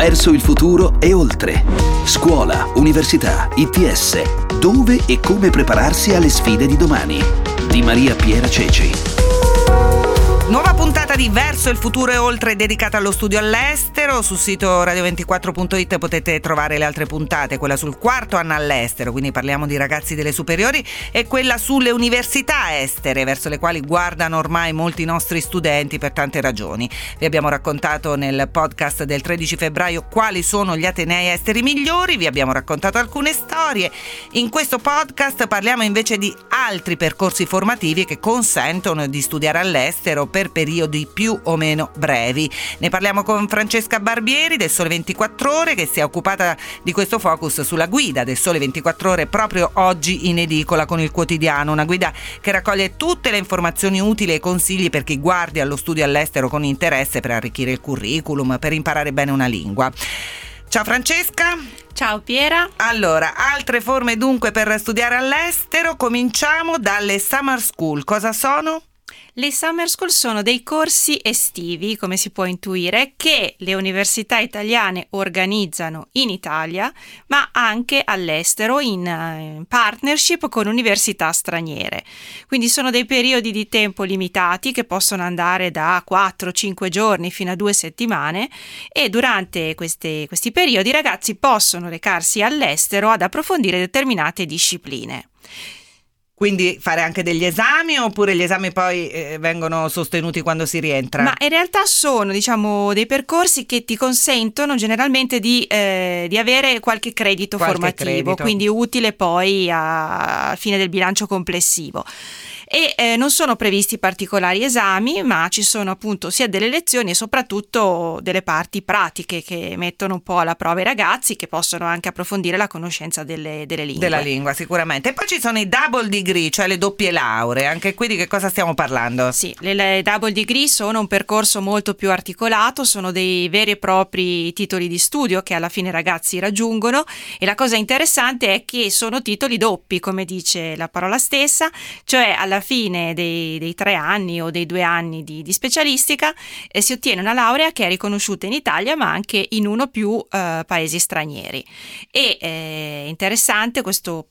verso il futuro e oltre. Scuola, università, ITS. Dove e come prepararsi alle sfide di domani. Di Maria Piera Ceci. Nuova puntata di Verso il futuro e oltre dedicata allo studio all'estero. Sul sito radio24.it potete trovare le altre puntate, quella sul quarto anno all'estero, quindi parliamo di ragazzi delle superiori, e quella sulle università estere, verso le quali guardano ormai molti nostri studenti per tante ragioni. Vi abbiamo raccontato nel podcast del 13 febbraio quali sono gli atenei esteri migliori, vi abbiamo raccontato alcune storie. In questo podcast parliamo invece di altri percorsi formativi che consentono di studiare all'estero per periodi più o meno brevi. Ne parliamo con Francesca Barbieri del Sole 24 Ore, che si è occupata di questo focus sulla guida del Sole 24 Ore proprio oggi in edicola con il quotidiano, una guida che raccoglie tutte le informazioni utili e consigli per chi guardi allo studio all'estero con interesse, per arricchire il curriculum, per imparare bene una lingua. Ciao Francesca. Ciao Piera. Allora, altre forme dunque per studiare all'estero. Cominciamo dalle summer school. Cosa sono? Le summer school sono dei corsi estivi, come si può intuire, che le università italiane organizzano in Italia, ma anche all'estero in partnership con università straniere. Quindi sono dei periodi di tempo limitati che possono andare da 4-5 giorni fino a 2 settimane, e durante questi periodi i ragazzi possono recarsi all'estero ad approfondire determinate discipline. Quindi fare anche degli esami, oppure gli esami poi vengono sostenuti quando si rientra? Ma in realtà sono, dei percorsi che ti consentono generalmente di avere qualche credito formativo, quindi utile poi alla fine del bilancio complessivo. E non sono previsti particolari esami, ma ci sono appunto sia delle lezioni e soprattutto delle parti pratiche che mettono un po' alla prova i ragazzi, che possono anche approfondire la conoscenza delle lingue. Della lingua, sicuramente. E poi ci sono i double degree, cioè le doppie lauree. Anche qui di che cosa stiamo parlando? Sì, le double degree sono un percorso molto più articolato, sono dei veri e propri titoli di studio che alla fine i ragazzi raggiungono, e la cosa interessante è che sono titoli doppi, come dice la parola stessa, cioè alla fine dei 3 anni o dei 2 anni di specialistica si ottiene una laurea che è riconosciuta in Italia ma anche in uno o più paesi stranieri. E è interessante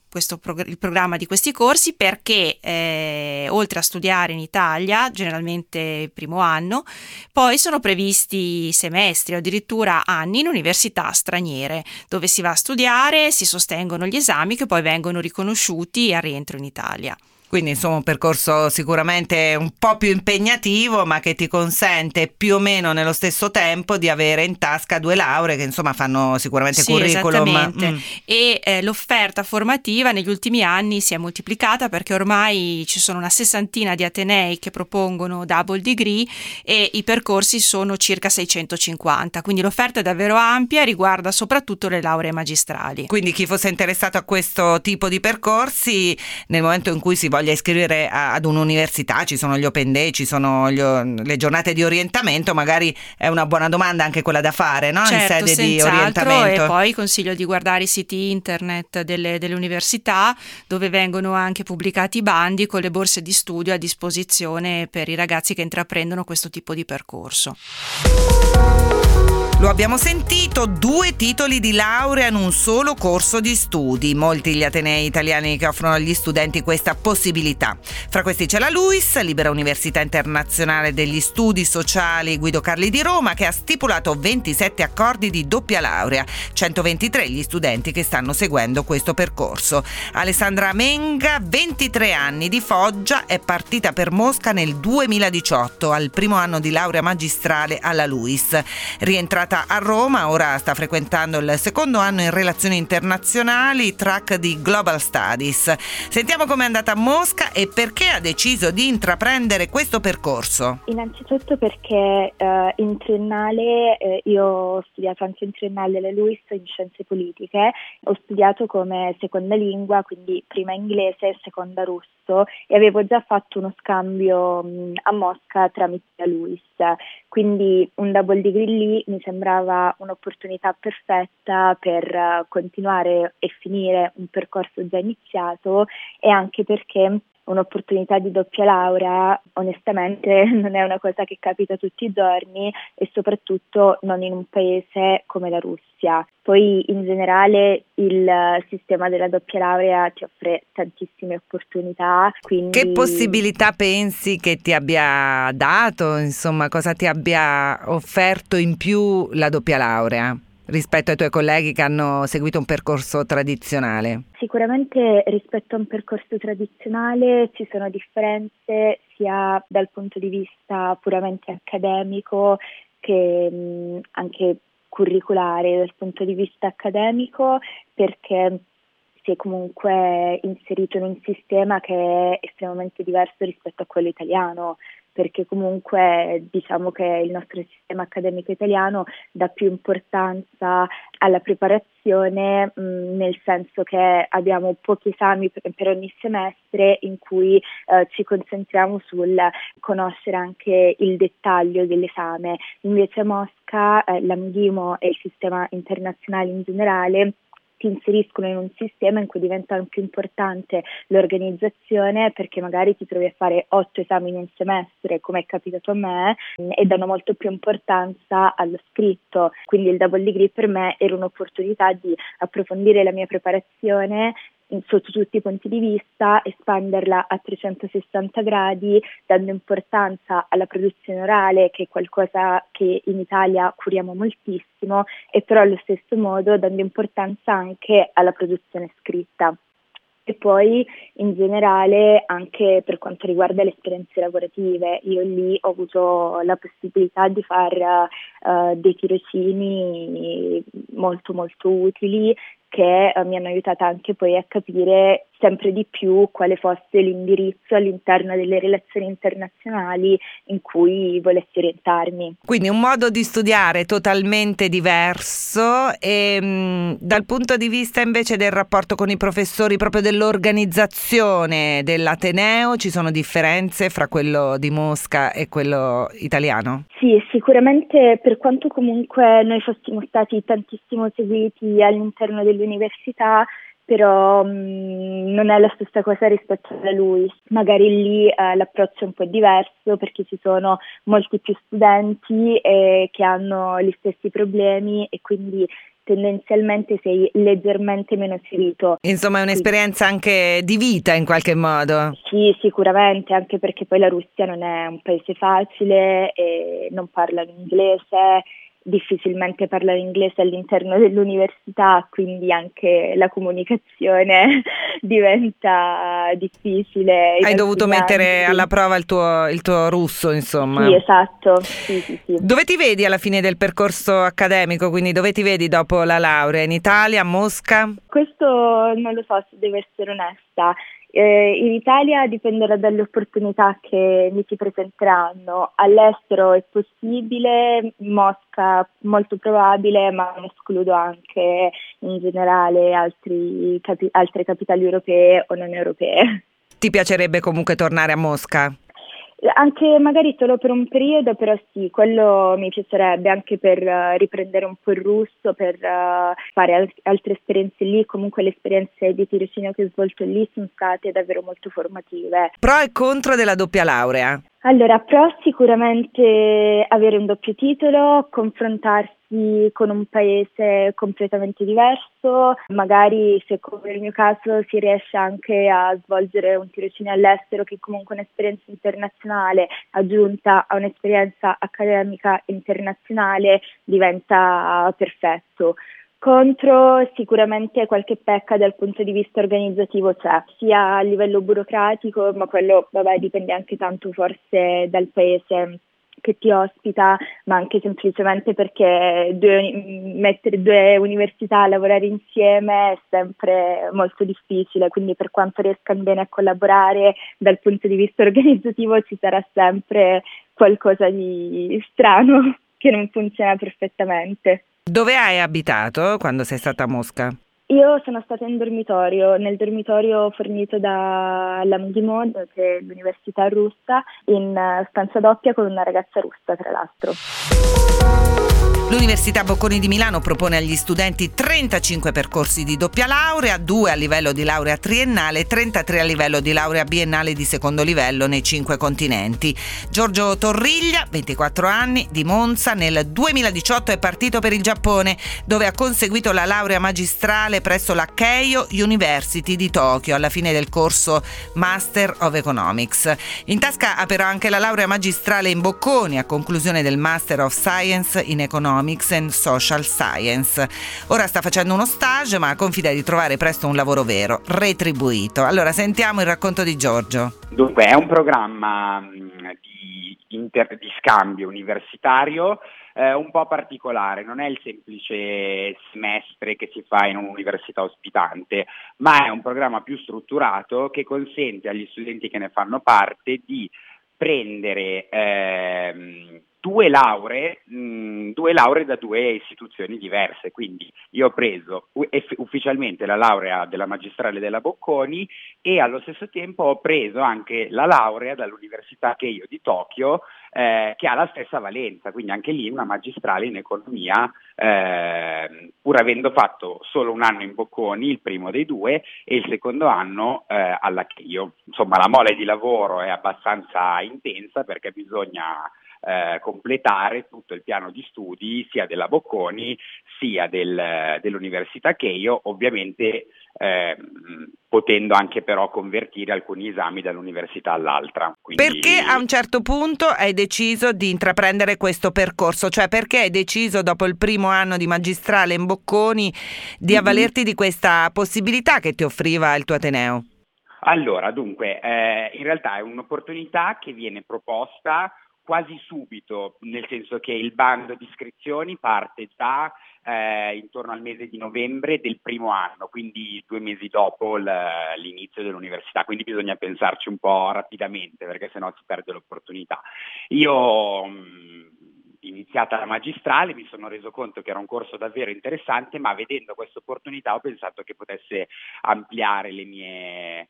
il programma di questi corsi perché oltre a studiare in Italia, generalmente il primo anno, poi sono previsti semestri o addirittura anni in università straniere, dove si va a studiare, si sostengono gli esami che poi vengono riconosciuti al rientro in Italia. Quindi insomma un percorso sicuramente un po' più impegnativo, ma che ti consente più o meno nello stesso tempo di avere in tasca 2 lauree che insomma fanno sicuramente curriculum. Esattamente. E l'offerta formativa negli ultimi anni si è moltiplicata, perché ormai ci sono una 60ina di atenei che propongono double degree e i percorsi sono circa 650, quindi l'offerta è davvero ampia e riguarda soprattutto le lauree magistrali. Quindi chi fosse interessato a questo tipo di percorsi, nel momento in cui si voglia iscrivere ad un'università, ci sono gli open day, ci sono le giornate di orientamento, magari è una buona domanda anche quella da fare, no? Certo, in sede di orientamento. E poi consiglio di guardare i siti internet delle università, dove vengono anche pubblicati i bandi con le borse di studio a disposizione per i ragazzi che intraprendono questo tipo di percorso. Lo abbiamo sentito, 2 titoli di laurea in un solo corso di studi. Molti gli atenei italiani che offrono agli studenti questa possibilità. Fra questi c'è la LUISS, Libera Università Internazionale degli Studi Sociali Guido Carli di Roma, che ha stipulato 27 accordi di doppia laurea, 123 gli studenti che stanno seguendo questo percorso. Alessandra Menga, 23 anni, di Foggia, è partita per Mosca nel 2018 al primo anno di laurea magistrale alla LUISS. Rientrata a Roma, ora sta frequentando il secondo anno in relazioni internazionali, track di Global Studies. Sentiamo com'è andata a Mosca e perché ha deciso di intraprendere questo percorso. Innanzitutto perché in triennale, io ho studiato anche in triennale alle LUISS in scienze politiche, ho studiato come seconda lingua, quindi prima inglese e seconda russo, e avevo già fatto uno scambio a Mosca tramite la LUISS, quindi un double degree lì mi sembrava un'opportunità perfetta per continuare e finire un percorso già iniziato, e anche perché un'opportunità di doppia laurea onestamente non è una cosa che capita tutti i giorni e soprattutto non in un paese come la Russia. Poi in generale il sistema della doppia laurea ti offre tantissime opportunità. Quindi... Che possibilità pensi che ti abbia dato, insomma, cosa ti abbia offerto in più la doppia laurea rispetto ai tuoi colleghi che hanno seguito un percorso tradizionale? Sicuramente rispetto a un percorso tradizionale ci sono differenze sia dal punto di vista puramente accademico che anche curriculare. Dal punto di vista accademico, perché si è comunque inserito in un sistema che è estremamente diverso rispetto a quello italiano, perché comunque diciamo che il nostro sistema accademico italiano dà più importanza alla preparazione, nel senso che abbiamo pochi esami per ogni semestre in cui ci concentriamo sul conoscere anche il dettaglio dell'esame. Invece a Mosca l'AMDIMO e il sistema internazionale in generale ti inseriscono in un sistema in cui diventa più importante l'organizzazione, perché magari ti trovi a fare 8 esami in un semestre, come è capitato a me, e danno molto più importanza allo scritto. Quindi il double degree per me era un'opportunità di approfondire la mia preparazione sotto tutti i punti di vista, espanderla a 360 gradi, dando importanza alla produzione orale, che è qualcosa che in Italia curiamo moltissimo, e però allo stesso modo dando importanza anche alla produzione scritta. E poi in generale anche per quanto riguarda le esperienze lavorative, io lì ho avuto la possibilità di fare dei tirocini molto molto utili che mi hanno aiutata anche poi a capire sempre di più quale fosse l'indirizzo all'interno delle relazioni internazionali in cui volessi orientarmi. Quindi un modo di studiare totalmente diverso e dal punto di vista invece del rapporto con i professori, proprio dell'organizzazione dell'Ateneo, ci sono differenze fra quello di Mosca e quello italiano? Sì, sicuramente, per quanto comunque noi fossimo stati tantissimo seguiti all'interno dell'università, però non è la stessa cosa rispetto a lui. Magari lì l'approccio è un po' diverso perché ci sono molti più studenti che hanno gli stessi problemi e quindi tendenzialmente sei leggermente meno ferito. Insomma è un'esperienza anche di vita in qualche modo. Sì, sicuramente, anche perché poi la Russia non è un paese facile e non parlano inglese, difficilmente parlare inglese all'interno dell'università, quindi anche la comunicazione diventa difficile. Hai dovuto mettere alla prova il tuo russo, insomma. Sì, esatto. Sì. Dove ti vedi alla fine del percorso accademico? Quindi dove ti vedi dopo la laurea? In Italia, a Mosca? Questo non lo so, se devo essere onesta. In Italia dipenderà dalle opportunità che mi si presenteranno. All'estero è possibile, Mosca molto probabile, ma non escludo anche in generale altre capitali europee o non europee. Ti piacerebbe comunque tornare a Mosca? Anche magari solo per un periodo, però sì, quello mi piacerebbe anche per riprendere un po' il russo, per fare altre esperienze lì. Comunque le esperienze di tirocinio che ho svolto lì sono state davvero molto formative. Pro e contro della doppia laurea? Allora, pro sicuramente avere un doppio titolo, confrontarsi con un paese completamente diverso, magari se come nel mio caso si riesce anche a svolgere un tirocinio all'estero, che è comunque un'esperienza internazionale aggiunta a un'esperienza accademica internazionale, diventa perfetto. Contro sicuramente qualche pecca dal punto di vista organizzativo c'è, sia a livello burocratico, ma quello dipende anche tanto forse dal paese che ti ospita, ma anche semplicemente perché mettere due università a lavorare insieme è sempre molto difficile, quindi per quanto riescano bene a collaborare dal punto di vista organizzativo ci sarà sempre qualcosa di strano che non funziona perfettamente. Dove hai abitato quando sei stata a Mosca? Io sono stata in dormitorio, nel dormitorio fornito dall'AMDIMO, che è l'università russa, in stanza doppia con una ragazza russa, tra l'altro. L'Università Bocconi di Milano propone agli studenti 35 percorsi di doppia laurea, 2 a livello di laurea triennale e 33 a livello di laurea biennale di secondo livello nei 5 continenti. Giorgio Torriglia, 24 anni, di Monza, nel 2018 è partito per il Giappone, dove ha conseguito la laurea magistrale presso la Keio University di Tokyo alla fine del corso Master of Economics. In tasca ha però anche la laurea magistrale in Bocconi a conclusione del Master of Science in Economics and Social Science. Ora sta facendo uno stage, ma confida di trovare presto un lavoro vero, retribuito. Allora sentiamo il racconto di Giorgio. Dunque, è un programma di scambio universitario un po' particolare, non è il semplice semestre che si fa in un'università ospitante, ma è un programma più strutturato che consente agli studenti che ne fanno parte di prendere due lauree da due istituzioni diverse. Quindi io ho preso ufficialmente la laurea della magistrale della Bocconi e allo stesso tempo ho preso anche la laurea dall'Università Keio di Tokyo, che ha la stessa valenza, quindi anche lì una magistrale in economia, pur avendo fatto solo un anno in Bocconi, il primo dei due, e il secondo anno alla Keio. Insomma, la mole di lavoro è abbastanza intensa perché bisogna completare tutto il piano di studi sia della Bocconi sia dell'Università Keio, ovviamente potendo anche però convertire alcuni esami dall'università all'altra. Quindi... Perché a un certo punto hai deciso di intraprendere questo percorso? Cioè, perché hai deciso dopo il primo anno di magistrale in Bocconi di avvalerti di questa possibilità che ti offriva il tuo ateneo? Allora, dunque, in realtà è un'opportunità che viene proposta quasi subito, nel senso che il bando di iscrizioni parte già intorno al mese di novembre del primo anno, quindi 2 mesi dopo l'inizio dell'università, quindi bisogna pensarci un po' rapidamente perché sennò si perde l'opportunità. Io iniziata la magistrale mi sono reso conto che era un corso davvero interessante, ma vedendo questa opportunità ho pensato che potesse ampliare le mie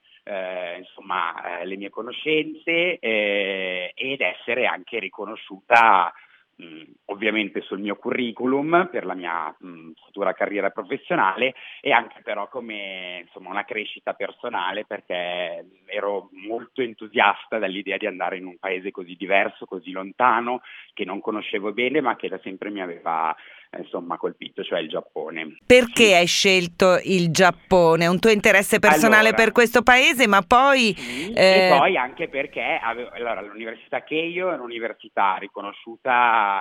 conoscenze ed essere anche riconosciuta ovviamente sul mio curriculum per la mia futura carriera professionale e anche però come una crescita personale, perché ero molto entusiasta dall'idea di andare in un paese così diverso, così lontano, che non conoscevo bene ma che da sempre mi aveva colpito, cioè il Giappone. Perché hai scelto il Giappone? Un tuo interesse personale per questo paese, ma poi... E poi anche perché l'Università Keio è un'università riconosciuta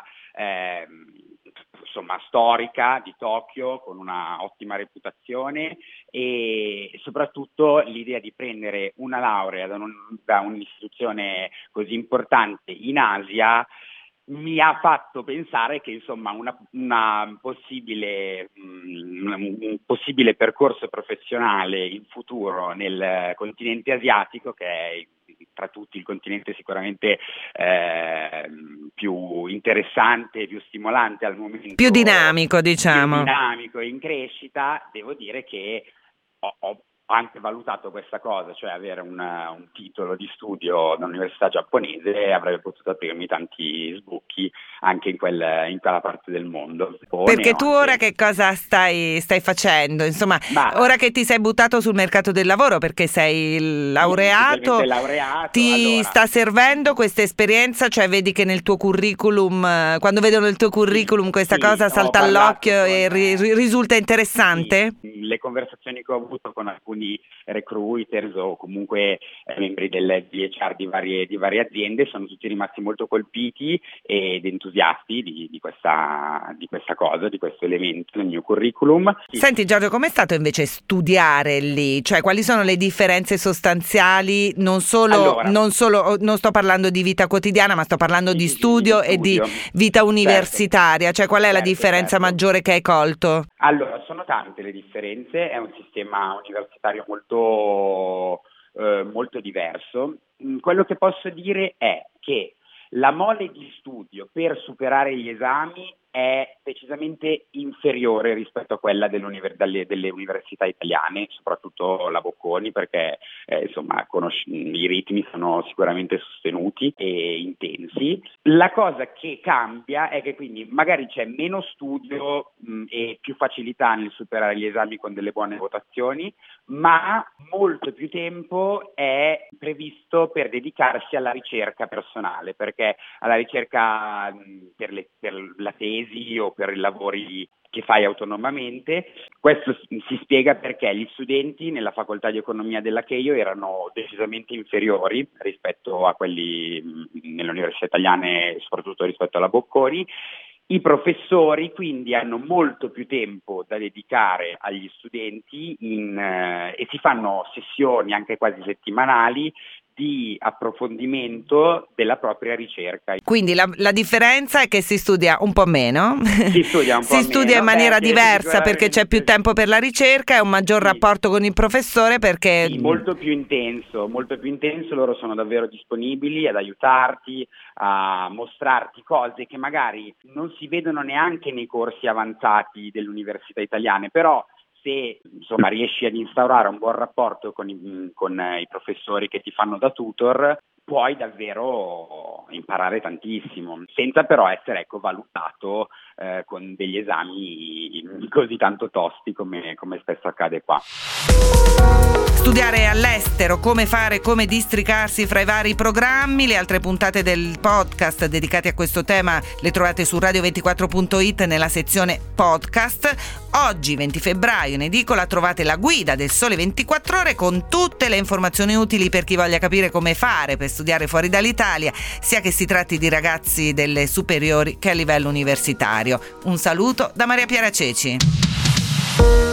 storica di Tokyo, con una ottima reputazione, e soprattutto l'idea di prendere una laurea da un'istituzione così importante in Asia mi ha fatto pensare che un possibile percorso professionale in futuro nel continente asiatico, che è tra tutti il continente sicuramente più interessante, più stimolante al momento, più dinamico, diciamo. Più dinamico e in crescita, devo dire che ho anche valutato questa cosa, cioè avere un titolo di studio dall'università giapponese avrebbe potuto aprirmi tanti sbocchi anche in quella parte del mondo. Perché tu ora che cosa stai facendo? Insomma, ora che ti sei buttato sul mercato del lavoro perché sei laureato, ti sta servendo questa esperienza? Cioè vedi che nel tuo curriculum, quando vedono il tuo curriculum questa cosa salta all'occhio e risulta interessante? Sì. Le conversazioni che ho avuto con alcuni recruiters o comunque membri del HR di varie aziende sono tutti rimasti molto colpiti ed entusiasti di questa cosa, di questo elemento nel mio curriculum. Sì. Senti Giorgio, com'è stato invece studiare lì? Cioè quali sono le differenze sostanziali? Non sto parlando di vita quotidiana, ma sto parlando di studio e di vita universitaria. Cioè qual è la differenza maggiore che hai colto? Allora, sono tante le differenze, è un sistema universitario molto diverso. Quello che posso dire è che la mole di studio per superare gli esami è decisamente inferiore rispetto a quella delle università italiane, soprattutto la Bocconi, perché i ritmi sono sicuramente sostenuti e intensi. La cosa che cambia è che quindi magari c'è meno studio e più facilità nel superare gli esami con delle buone votazioni, ma molto più tempo è previsto per dedicarsi alla ricerca personale, perché alla ricerca per la tesi o per i lavori che fai autonomamente. Questo si spiega perché gli studenti nella facoltà di economia della Cheio erano decisamente inferiori rispetto a quelli nelle università italiane, soprattutto rispetto alla Bocconi. I professori quindi hanno molto più tempo da dedicare agli studenti e si fanno sessioni anche quasi settimanali di approfondimento della propria ricerca. Quindi la differenza è che si studia un po' meno, si studia in maniera diversa perché c'è più tempo per la ricerca e un maggior rapporto con il professore perché... Sì, molto più intenso, loro sono davvero disponibili ad aiutarti, a mostrarti cose che magari non si vedono neanche nei corsi avanzati delle università italiane, però se riesci ad instaurare un buon rapporto con i professori che ti fanno da tutor, puoi davvero imparare tantissimo, senza però essere valutato con degli esami così tanto tosti come spesso accade qua. Studiare all'estero, come fare, come districarsi fra i vari programmi. Le altre puntate del podcast dedicate a questo tema le trovate su radio24.it nella sezione podcast. Oggi 20 febbraio in edicola trovate la guida del Sole 24 Ore con tutte le informazioni utili per chi voglia capire come fare per studiare fuori dall'Italia, sia che si tratti di ragazzi delle superiori che a livello universitario. Un saluto da Maria Piera Ceci.